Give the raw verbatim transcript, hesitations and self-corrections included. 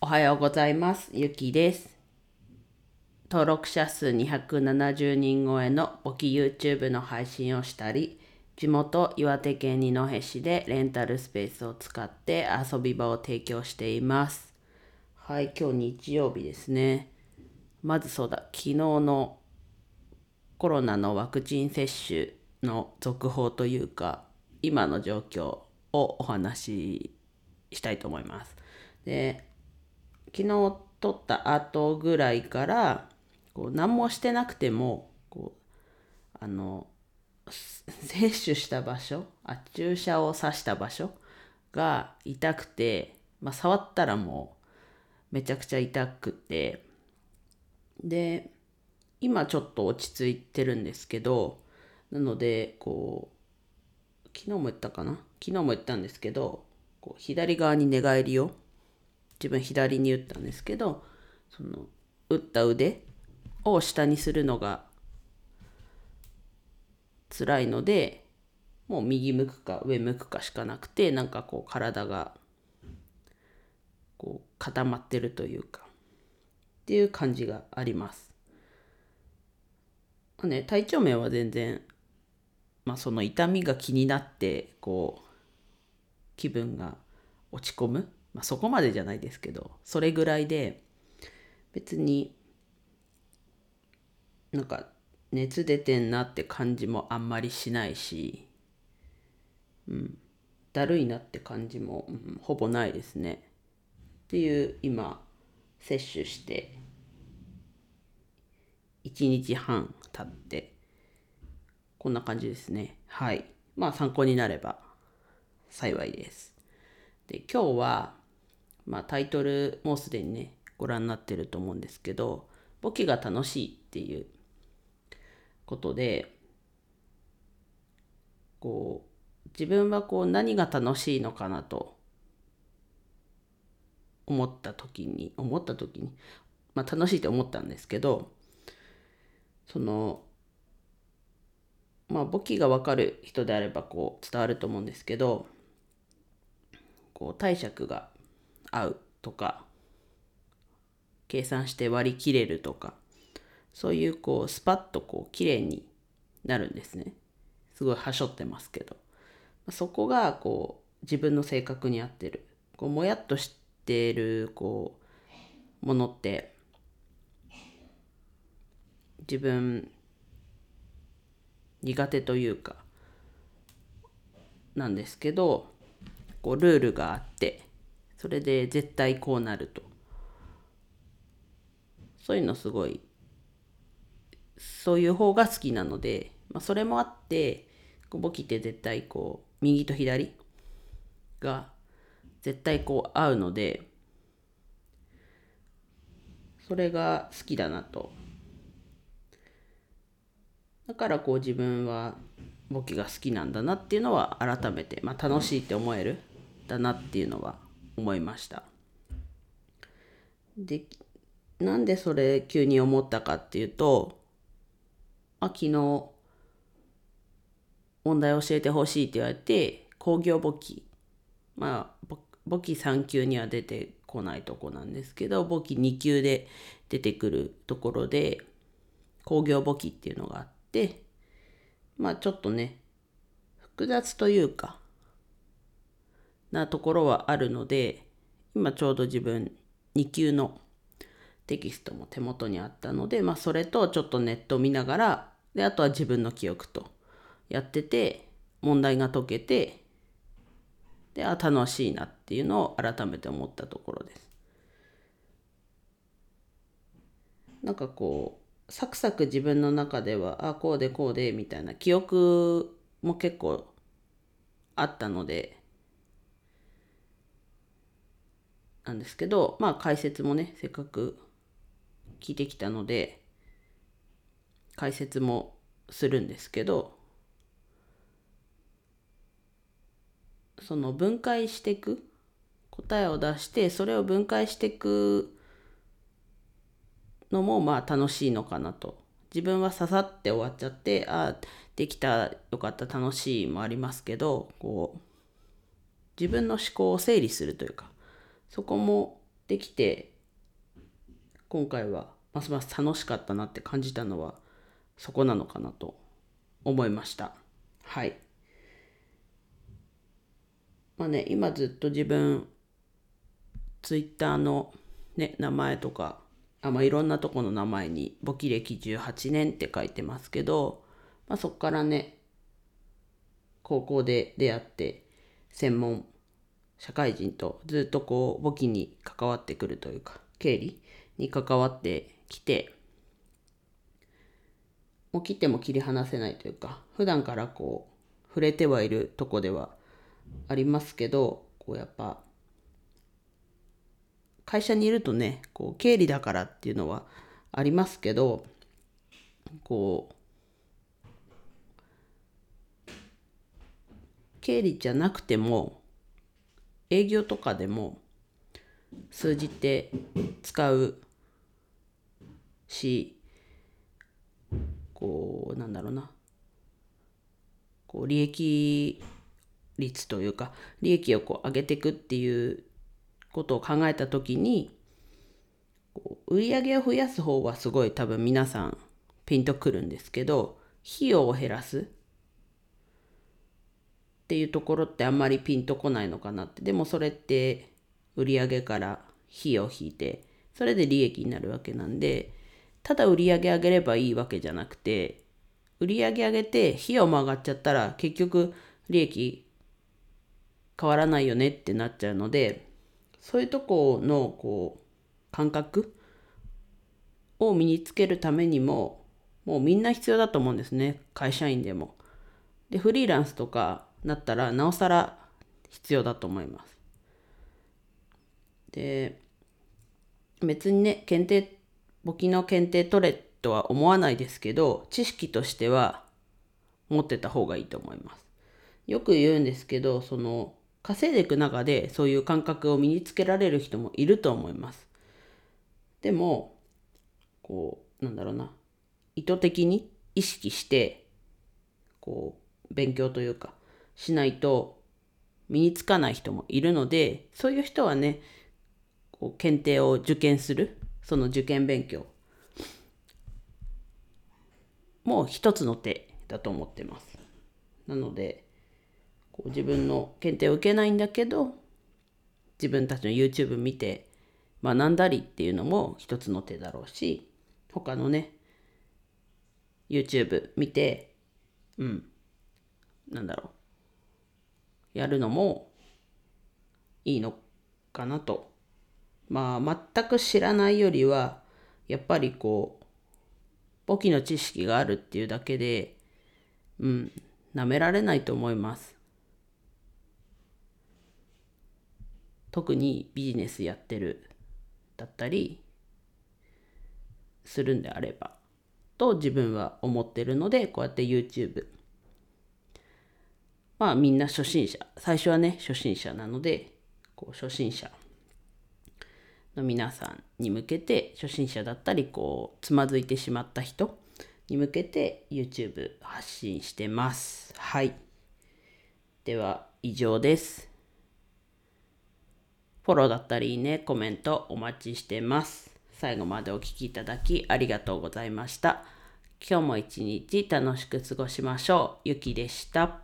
おはようございます。ゆきです。登録者数にひゃくななじゅうにん超えの簿記 YouTube の配信をしたり、地元岩手県二戸市でレンタルスペースを使って遊び場を提供しています。はい、今日日曜日ですね。まずそうだ、昨日のコロナのワクチン接種の続報というか、今の状況をお話ししたいと思います。で、昨日撮った後ぐらいからこう何もしてなくてもこうあの接種した場所あ注射を刺した場所が痛くて、まあ、触ったらもうめちゃくちゃ痛くて、で今ちょっと落ち着いてるんですけど、なのでこう昨日も言ったかな昨日も言ったんですけど、こう左側に寝返りを自分左に打ったんですけど、その打った腕を下にするのが辛いので、もう右向くか上向くかしかなくて、なんかこう体がこう固まってるというかっていう感じがあります。ね、体調面は全然、まあ、その痛みが気になってこう気分が落ち込む、まあ、そこまでじゃないですけど、それぐらいで別になんか熱出てんなって感じもあんまりしないし、だるいなって感じも、うん、ほぼないですね。っていう今接種していちにちはん経ってこんな感じですね。はい。まあ参考になれば幸いです。で、今日は、まあタイトルもうすでにね、ご覧になってると思うんですけど、簿記が楽しいっていうことで、こう、自分はこう何が楽しいのかなと思った時に、思った時に、まあ楽しいって思ったんですけど、その、まあ簿記がわかる人であればこう伝わると思うんですけど、こう貸借が合うとか、計算して割り切れるとか、そういうこうスパッとこう綺麗になるんですね。すごいはしょってますけど、そこがこう自分の性格に合ってる、こうもやっとしてるこうものって自分苦手というかなんですけど、こうルールがあって、それで絶対こうなると、そういうのすごい、そういう方が好きなので、まあ、それもあって簿記って絶対こう右と左が絶対こう合うので、それが好きだなと。だからこう自分は簿記が好きなんだなっていうのは改めて、まあ、楽しいって思えるだなっていうのは思いました。で、なんでそれ急に思ったかっていうと、まあ、昨日問題教えてほしいって言われて工業簿記、まあ簿記さん級には出てこないとこなんですけど、簿記に級で出てくるところで工業簿記っていうのがあって、まあちょっとね複雑というかなところはあるので、今ちょうど自分に級のテキストも手元にあったので、まあそれとちょっとネットを見ながら、であとは自分の記憶とやってて、問題が解けて、であ楽しいなっていうのを改めて思ったところです。なんかこうサクサク自分の中ではあこうでこうでみたいな記憶も結構あったのでなんですけど、まあ解説もねせっかく聞いてきたので解説もするんですけど、その分解していく、答えを出してそれを分解していくのもまあ楽しいのかなと。自分は刺さって終わっちゃって、ああできたよかった楽しいもありますけど、こう自分の思考を整理するというか、そこもできて、今回はますます楽しかったなって感じたのはそこなのかなと思いました。はい。まあね、今ずっと自分、ツイッターのね、名前とか、あまあ、いろんなとこの名前に簿記歴じゅうはちねんって書いてますけど、まあ、そこからね、高校で出会って専門社会人とずっとこう簿記に関わってくるというか、経理に関わってきて、もう切っても切り離せないというか、普段からこう触れてはいるとこではありますけど、こうやっぱ会社にいるとね、こう経理だからっていうのはありますけど、こう経理じゃなくても営業とかでも数字って使うし、こうなんだろうな、こう利益率というか利益をこう上げていくっていうことを考えたときに、こう売上を増やす方はすごい多分皆さんピンとくるんですけど、費用を減らすっていうところってあんまりピンとこないのかなって。でもそれって売上から費用を引いて、それで利益になるわけなんで、ただ売上上げればいいわけじゃなくて、売上上げて費用も上がっちゃったら結局利益変わらないよねってなっちゃうので、そういうとこのこう感覚を身につけるためにも、もうみんな必要だと思うんですね、会社員でも。で、フリーランスとかなったらなおさら必要だと思います。で、別にね、検定、簿記の検定取れとは思わないですけど、知識としては持ってた方がいいと思います。よく言うんですけど、その稼いでいく中でそういう感覚を身につけられる人もいると思います。でも、こう、なんだろうな、意図的に意識して、こう、勉強というか、しないと身につかない人もいるので、そういう人はね、こう検定を受験する、その受験勉強も一つの手だと思ってます。なので、こう自分の検定を受けないんだけど、自分たちの YouTube 見て学んだりっていうのも一つの手だろうし、他のね、YouTube 見て、うん、なんだろう、やるのもいいのかなと。まあ、全く知らないよりは、やっぱりこう、簿記の知識があるっていうだけで、うん、舐められないと思います。特にビジネスやってるだったりするんであればと自分は思ってるので、こうやって YouTube、 まあみんな初心者、最初はね初心者なので、こう初心者の皆さんに向けて、初心者だったりこうつまずいてしまった人に向けて YouTube 発信してます。はい、では以上です。フォローだったりいいね、コメントお待ちしてます。最後までお聞きいただきありがとうございました。今日も一日楽しく過ごしましょう。ゆきでした。